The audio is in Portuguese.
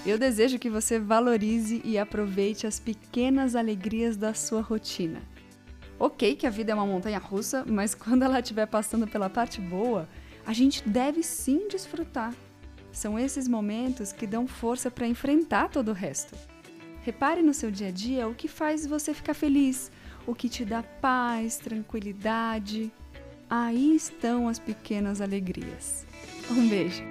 Eu desejo que você valorize e aproveite as pequenas alegrias da sua rotina. Ok que a vida é uma montanha-russa, mas quando ela estiver passando pela parte boa, a gente deve sim desfrutar. São esses momentos que dão força para enfrentar todo o resto. Repare no seu dia a dia o que faz você ficar feliz, o que te dá paz, tranquilidade. Aí estão as pequenas alegrias. Um beijo!